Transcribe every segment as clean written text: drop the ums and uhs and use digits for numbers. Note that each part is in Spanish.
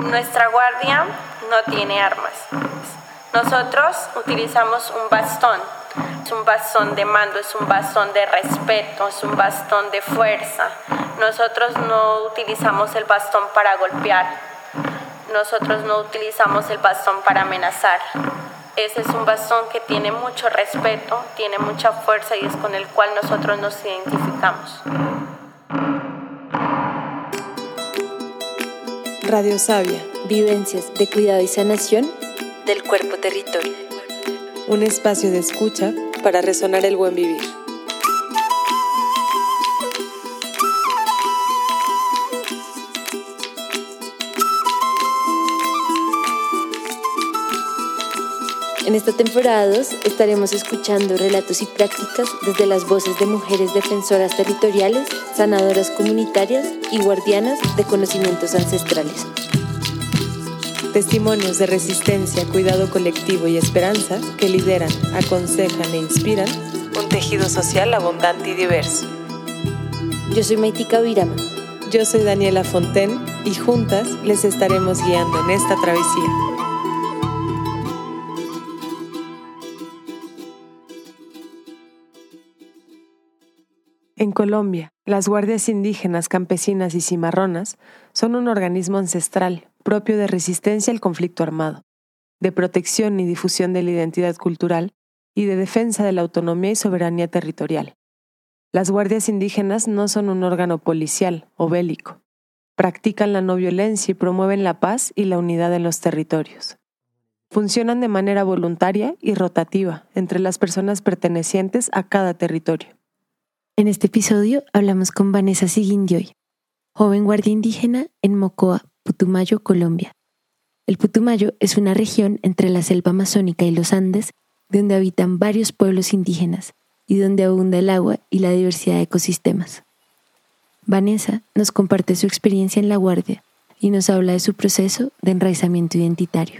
Nuestra guardia no tiene armas. Nosotros utilizamos un bastón. Es un bastón de mando, es un bastón de respeto, es un bastón de fuerza. Nosotros no utilizamos el bastón para golpear. Nosotros no utilizamos el bastón para amenazar. Ese es un bastón que tiene mucho respeto, tiene mucha fuerza y es con el cual nosotros nos identificamos. Radio Sabia. Vivencias de cuidado y sanación del cuerpo territorio. Un espacio de escucha para resonar el buen vivir. En esta temporada 2 estaremos escuchando relatos y prácticas desde las voces de mujeres defensoras territoriales, sanadoras comunitarias y guardianas de conocimientos ancestrales. Testimonios de resistencia, cuidado colectivo y esperanza que lideran, aconsejan e inspiran un tejido social abundante y diverso. Yo soy Maitika Virama. Yo soy Daniela Fontaine y juntas les estaremos guiando en esta travesía. En Colombia, las guardias indígenas, campesinas y cimarronas son un organismo ancestral propio de resistencia al conflicto armado, de protección y difusión de la identidad cultural y de defensa de la autonomía y soberanía territorial. Las guardias indígenas no son un órgano policial o bélico. Practican la no violencia y promueven la paz y la unidad en los territorios. Funcionan de manera voluntaria y rotativa entre las personas pertenecientes a cada territorio. En este episodio hablamos con Vanessa Siguindioy, joven guardia indígena en Mocoa, Putumayo, Colombia. El Putumayo es una región entre la selva amazónica y los Andes donde habitan varios pueblos indígenas y donde abunda el agua y la diversidad de ecosistemas. Vanessa nos comparte su experiencia en la guardia y nos habla de su proceso de enraizamiento identitario.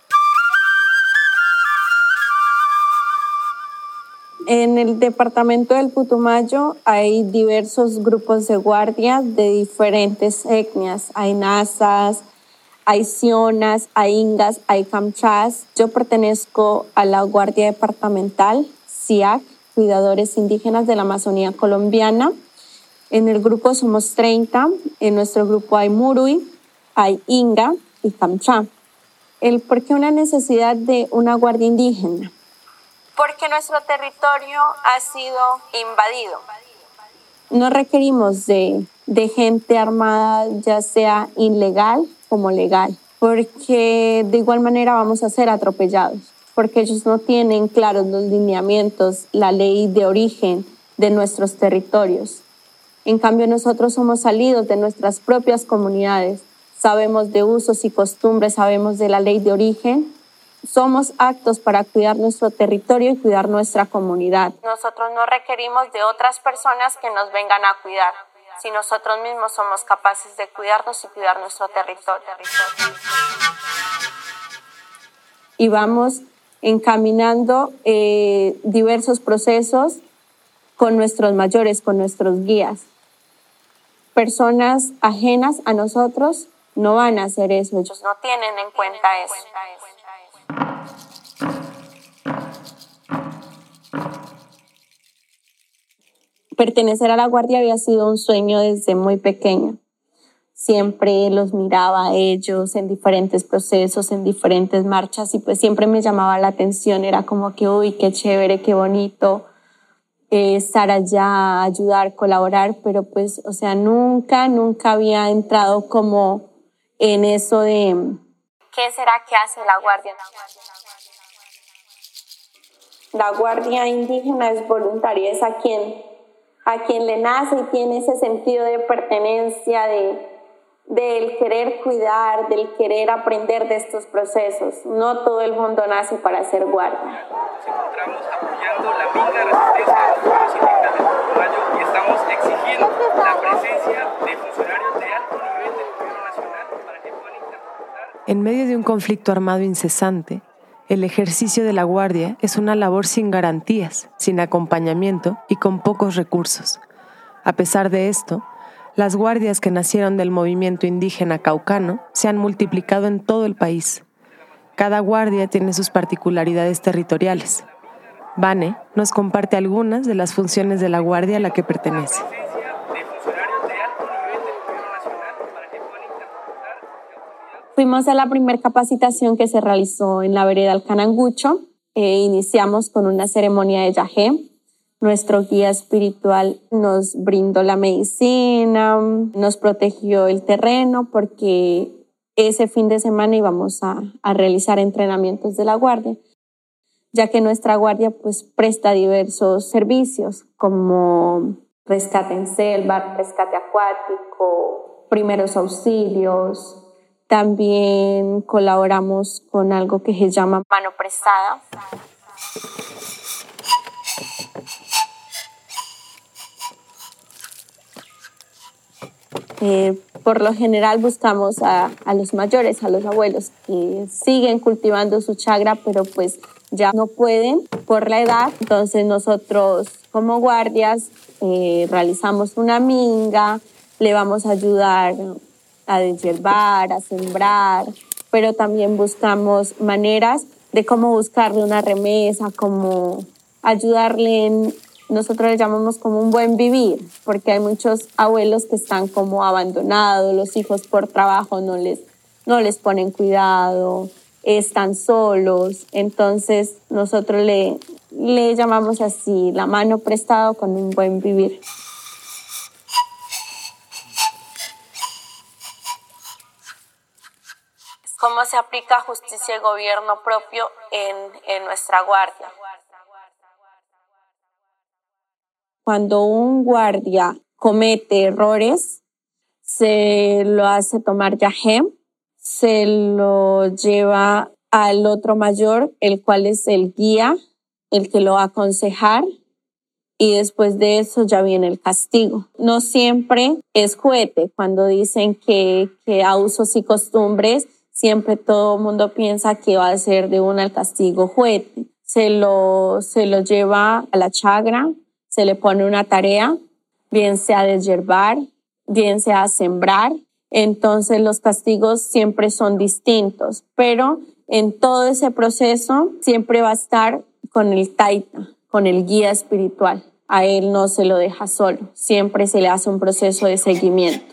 En el departamento del Putumayo hay diversos grupos de guardias de diferentes etnias. Hay nazas, hay sionas, hay ingas, hay camchás. Yo pertenezco a la Guardia Departamental, CIAC, Cuidadores Indígenas de la Amazonía Colombiana. En el grupo somos 30. En nuestro grupo hay Murui, hay Inga y Camchá. ¿Por qué una necesidad de una guardia indígena? Porque nuestro territorio ha sido invadido. No requerimos de gente armada, ya sea ilegal como legal, porque de igual manera vamos a ser atropellados, porque ellos no tienen claros los lineamientos, la ley de origen de nuestros territorios. En cambio, nosotros somos salidos de nuestras propias comunidades, sabemos de usos y costumbres, sabemos de la ley de origen. Somos aptos para cuidar nuestro territorio y cuidar nuestra comunidad. Nosotros no requerimos de otras personas que nos vengan a cuidar, si nosotros mismos somos capaces de cuidarnos y cuidar nuestro territorio. Y vamos encaminando diversos procesos con nuestros mayores, con nuestros guías. Personas ajenas a nosotros no van a hacer eso, ellos no tienen en cuenta eso. Pertenecer a la guardia había sido un sueño desde muy pequeña. Siempre los miraba a ellos en diferentes procesos, en diferentes marchas y pues siempre me llamaba la atención. Era como que, uy, qué chévere, qué bonito estar allá, ayudar, colaborar, pero pues, o sea, nunca había entrado como en eso de ¿qué será que hace la guardia? La guardia indígena es voluntaria, es a quien le nace y tiene ese sentido de pertenencia, del querer cuidar, del querer aprender de estos procesos. No todo el mundo nace para ser guardia. Nos encontramos apoyando la misma resistencia de los pueblos indígenas del Putumayo y estamos exigiendo la presencia de funcionarios de alto nivel del gobierno nacional para que puedan interpretar. En medio de un conflicto armado incesante, el ejercicio de la guardia es una labor sin garantías, sin acompañamiento y con pocos recursos. A pesar de esto, Las guardias que nacieron del movimiento indígena caucano se han multiplicado en todo el país. Cada guardia tiene sus particularidades territoriales. Vane nos comparte algunas de las funciones de la guardia a la que pertenece. Fuimos a la primera capacitación que se realizó en la vereda Alcanangucho. Iniciamos con una ceremonia de yagé. Nuestro guía espiritual nos brindó la medicina, nos protegió el terreno porque ese fin de semana íbamos a realizar entrenamientos de la guardia, ya que nuestra guardia pues presta diversos servicios como rescate en selva, rescate acuático, primeros auxilios. También colaboramos con algo que se llama mano prestada. Por lo general buscamos a los mayores, a los abuelos que siguen cultivando su chagra, pero pues ya no pueden por la edad. Entonces nosotros como guardias realizamos una minga, le vamos a ayudar a deshiervar, a sembrar, pero también buscamos maneras de cómo buscarle una remesa, cómo ayudarle nosotros le llamamos como un buen vivir, porque hay muchos abuelos que están como abandonados, los hijos por trabajo no les ponen cuidado, están solos, entonces nosotros le llamamos así, la mano prestada con un buen vivir. ¿Cómo se aplica justicia y gobierno propio en nuestra guardia? Cuando un guardia comete errores, se lo hace tomar yagé, se lo lleva al otro mayor, el cual es el guía, el que lo va a aconsejar, y después de eso ya viene el castigo. No siempre es juguete. Cuando dicen que a usos y costumbres, siempre todo el mundo piensa que va a ser de una el castigo juguete. Se lo lleva a la chagra, se le pone una tarea, bien sea deshiervar, bien sea sembrar. Entonces los castigos siempre son distintos, pero en todo ese proceso siempre va a estar con el taita, con el guía espiritual. A él no se lo deja solo, siempre se le hace un proceso de seguimiento.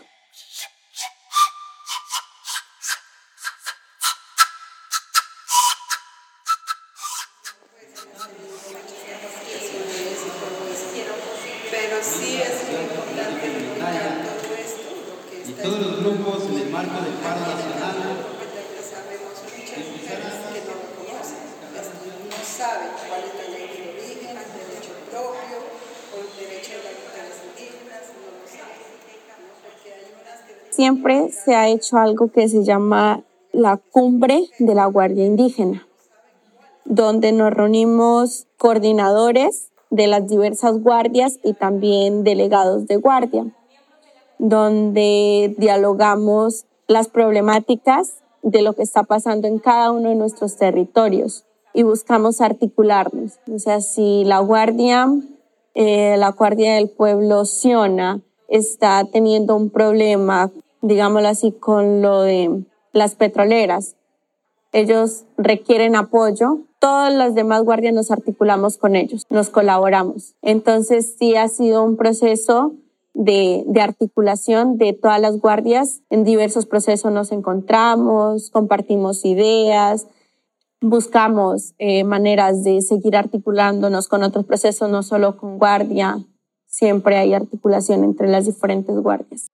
Pero sí es muy importante recordar todo esto, lo que está todos los grupos en el marco del paro nacional. Sabemos muchas mujeres que no lo conocen, no saben cuál es la ley de origen, el derecho propio o el derecho de las mujeres indígenas, no lo saben. Porque hay unas que... Siempre se ha hecho algo que se llama la cumbre de la Guardia Indígena, donde nos reunimos coordinadores de las diversas guardias y también delegados de guardia, donde dialogamos las problemáticas de lo que está pasando en cada uno de nuestros territorios y buscamos articularnos. O sea, si la guardia del pueblo Siona está teniendo un problema, digámoslo así, con lo de las petroleras, ellos requieren apoyo, todas las demás guardias nos articulamos con ellos, nos colaboramos. Entonces sí ha sido un proceso de articulación de todas las guardias. En diversos procesos nos encontramos, compartimos ideas, buscamos maneras de seguir articulándonos con otros procesos, no solo con guardia, siempre hay articulación entre las diferentes guardias.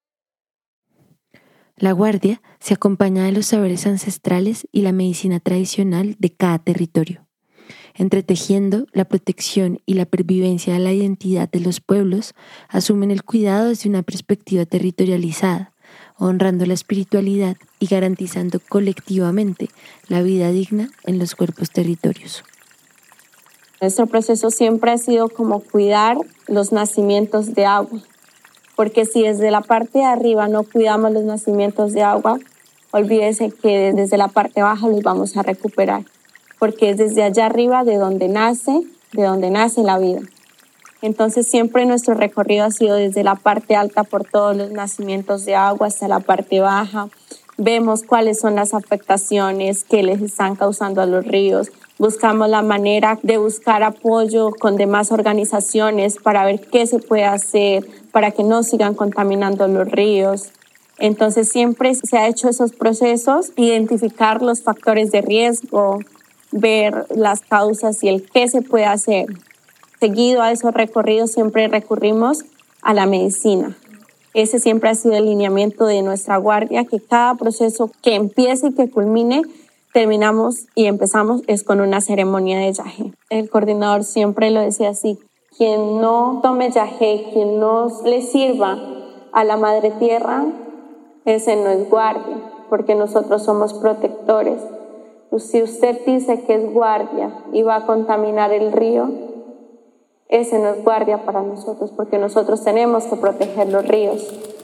La guardia se acompaña de los saberes ancestrales y la medicina tradicional de cada territorio, entretejiendo la protección y la pervivencia de la identidad de los pueblos. Asumen el cuidado desde una perspectiva territorializada, honrando la espiritualidad y garantizando colectivamente la vida digna en los cuerpos territorios. Nuestro proceso siempre ha sido como cuidar los nacimientos de agua, porque si desde la parte de arriba no cuidamos los nacimientos de agua, olvídese que desde la parte baja los vamos a recuperar, porque es desde allá arriba de donde nace la vida. Entonces siempre nuestro recorrido ha sido desde la parte alta por todos los nacimientos de agua hasta la parte baja. Vemos cuáles son las afectaciones que les están causando a los ríos. Buscamos la manera de buscar apoyo con demás organizaciones para ver qué se puede hacer para que no sigan contaminando los ríos. Entonces siempre se ha hecho esos procesos, identificar los factores de riesgo, ver las causas y el qué se puede hacer. Seguido a esos recorridos siempre recurrimos a la medicina. Ese siempre ha sido el lineamiento de nuestra guardia, que cada proceso que empiece y que culmine, terminamos y empezamos es con una ceremonia de yagé. El coordinador siempre lo decía así: quien no tome yagé, quien no le sirva a la madre tierra, ese no es guardia, porque nosotros somos protectores. Si usted dice que es guardia y va a contaminar el río, ese no es guardia para nosotros, porque nosotros tenemos que proteger los ríos.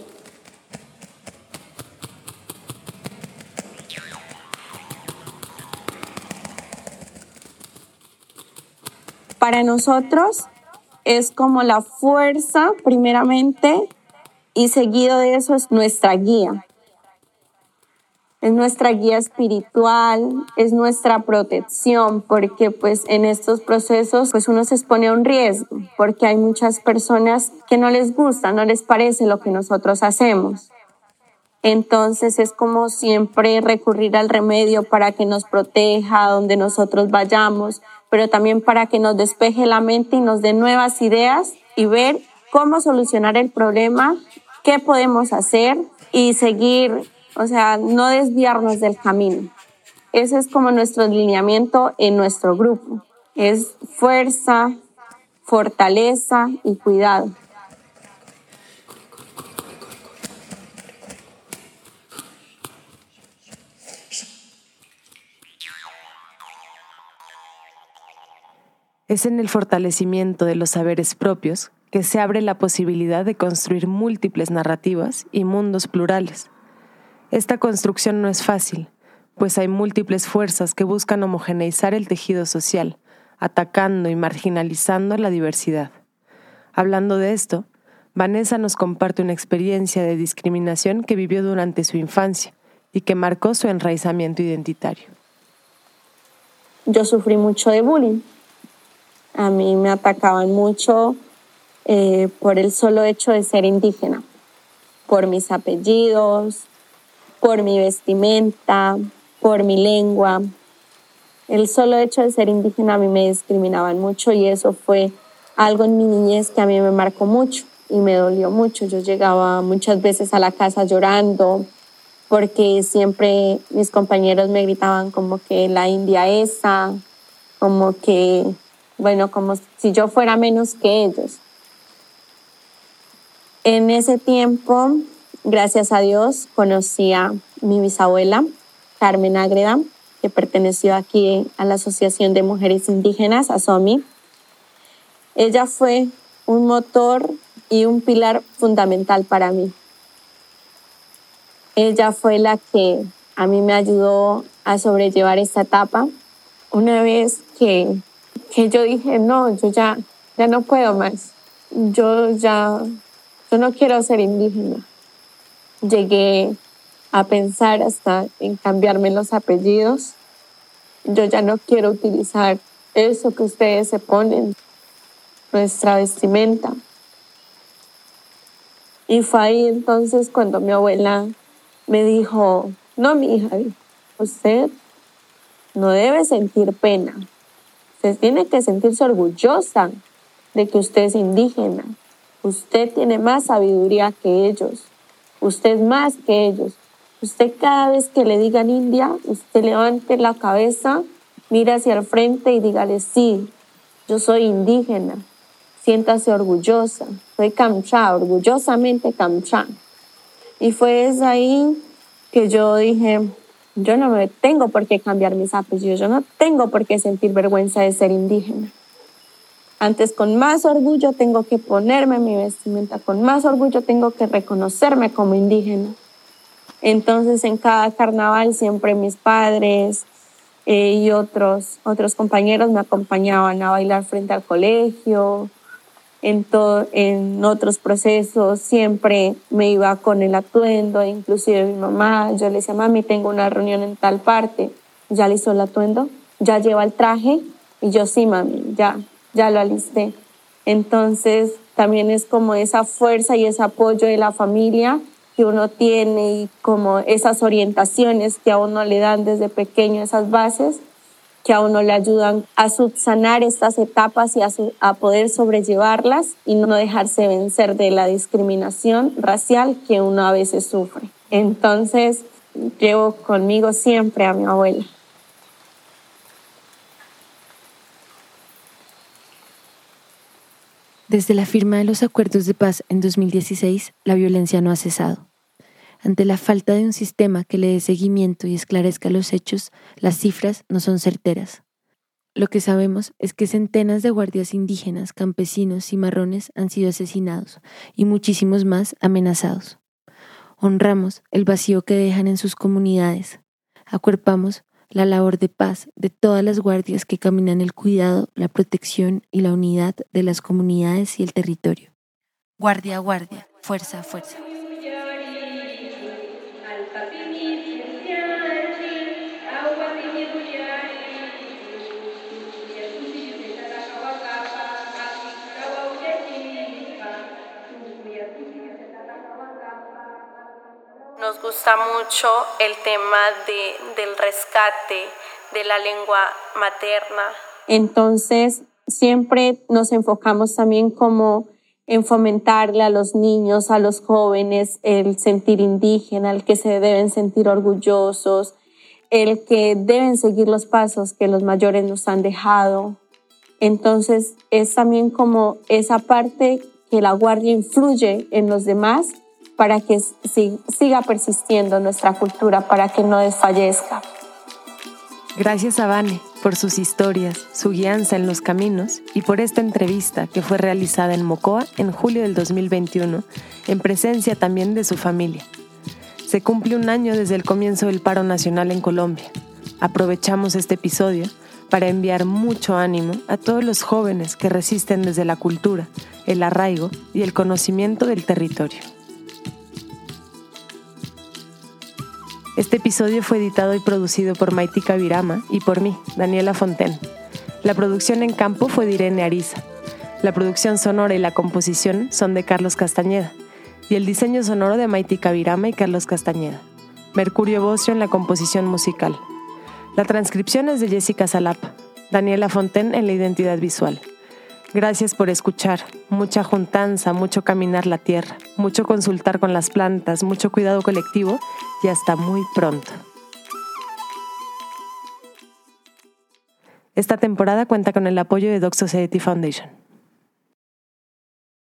Para nosotros es como la fuerza primeramente, y seguido de eso es nuestra guía. Es nuestra guía espiritual, es nuestra protección, porque pues en estos procesos pues uno se expone a un riesgo, porque hay muchas personas que no les gusta, no les parece lo que nosotros hacemos. Entonces es como siempre recurrir al remedio para que nos proteja donde nosotros vayamos, pero también para que nos despeje la mente y nos dé nuevas ideas y ver cómo solucionar el problema, qué podemos hacer y seguir, o sea, no desviarnos del camino. Ese es como nuestro lineamiento en nuestro grupo. Es fuerza, fortaleza y cuidado. Es en el fortalecimiento de los saberes propios que se abre la posibilidad de construir múltiples narrativas y mundos plurales. Esta construcción no es fácil, pues hay múltiples fuerzas que buscan homogeneizar el tejido social, atacando y marginalizando la diversidad. Hablando de esto, Vanessa nos comparte una experiencia de discriminación que vivió durante su infancia y que marcó su enraizamiento identitario. Yo sufrí mucho de bullying. A mí me atacaban mucho por el solo hecho de ser indígena, por mis apellidos, por mi vestimenta, por mi lengua. El solo hecho de ser indígena a mí me discriminaban mucho y eso fue algo en mi niñez que a mí me marcó mucho y me dolió mucho. Yo llegaba muchas veces a la casa llorando porque siempre mis compañeros me gritaban como que la india esa, como que, bueno, como si yo fuera menos que ellos. En ese tiempo, gracias a Dios, conocí a mi bisabuela, Carmen Ágreda, que perteneció aquí a la Asociación de Mujeres Indígenas, ASOMI. Ella fue un motor y un pilar fundamental para mí. Ella fue la que a mí me ayudó a sobrellevar esta etapa. Una vez que yo dije, no, yo ya no puedo más. Yo no quiero ser indígena. Llegué a pensar hasta en cambiarme los apellidos. Yo ya no quiero utilizar eso que ustedes se ponen, nuestra vestimenta. Y fue ahí entonces cuando mi abuela me dijo, no, mi hija, usted no debe sentir pena. Usted tiene que sentirse orgullosa de que usted es indígena. Usted tiene más sabiduría que ellos. Usted es más que ellos. Usted cada vez que le digan india, usted levante la cabeza, mire hacia el frente y dígale, sí, yo soy indígena. Siéntase orgullosa. Soy Kamcha, orgullosamente Kamcha. Y fue ahí que yo dije, yo no me tengo por qué cambiar mis apellidos. Yo no tengo por qué sentir vergüenza de ser indígena. Antes, con más orgullo, tengo que ponerme mi vestimenta. Con más orgullo, tengo que reconocerme como indígena. Entonces, en cada carnaval, siempre mis padres y otros compañeros me acompañaban a bailar frente al colegio. en otros procesos siempre me iba con el atuendo, inclusive mi mamá, yo le decía, mami, tengo una reunión en tal parte, ¿ya le hizo el atuendo? ¿Ya lleva el traje? Y yo, sí, mami, ya lo alisté. Entonces también es como esa fuerza y ese apoyo de la familia que uno tiene y como esas orientaciones que a uno le dan desde pequeño, esas bases que a uno le ayudan a subsanar estas etapas y a poder sobrellevarlas y no dejarse vencer de la discriminación racial que uno a veces sufre. Entonces, llevo conmigo siempre a mi abuela. Desde la firma de los acuerdos de paz en 2016, la violencia no ha cesado. Ante la falta de un sistema que le dé seguimiento y esclarezca los hechos, las cifras no son certeras. Lo que sabemos es que centenas de guardias indígenas, campesinos y marrones han sido asesinados y muchísimos más amenazados. Honramos el vacío que dejan en sus comunidades. Acuerpamos la labor de paz de todas las guardias que caminan el cuidado, la protección y la unidad de las comunidades y el territorio. Guardia a guardia, fuerza a fuerza. Nos gusta mucho el tema del rescate de la lengua materna. Entonces, siempre nos enfocamos también como en fomentarle a los niños, a los jóvenes, el sentir indígena, el que se deben sentir orgullosos, el que deben seguir los pasos que los mayores nos han dejado. Entonces, es también como esa parte que la guardia influye en los demás para que siga persistiendo nuestra cultura, para que no desfallezca. Gracias a Vane por sus historias, su guianza en los caminos y por esta entrevista que fue realizada en Mocoa en julio del 2021, en presencia también de su familia. Se cumple un año desde el comienzo del paro nacional en Colombia. Aprovechamos este episodio para enviar mucho ánimo a todos los jóvenes que resisten desde la cultura, el arraigo y el conocimiento del territorio. Este episodio fue editado y producido por Maitika Virama y por mí, Daniela Fontaine. La producción en campo fue de Irene Ariza. La producción sonora y la composición son de Carlos Castañeda y el diseño sonoro de Maitika Virama y Carlos Castañeda. Mercurio Bocio en la composición musical. La transcripción es de Jessica Salapa. Daniela Fontaine en la identidad visual. Gracias por escuchar. Mucha juntanza, mucho caminar la tierra, mucho consultar con las plantas, mucho cuidado colectivo y hasta muy pronto. Esta temporada cuenta con el apoyo de Doc Society Foundation.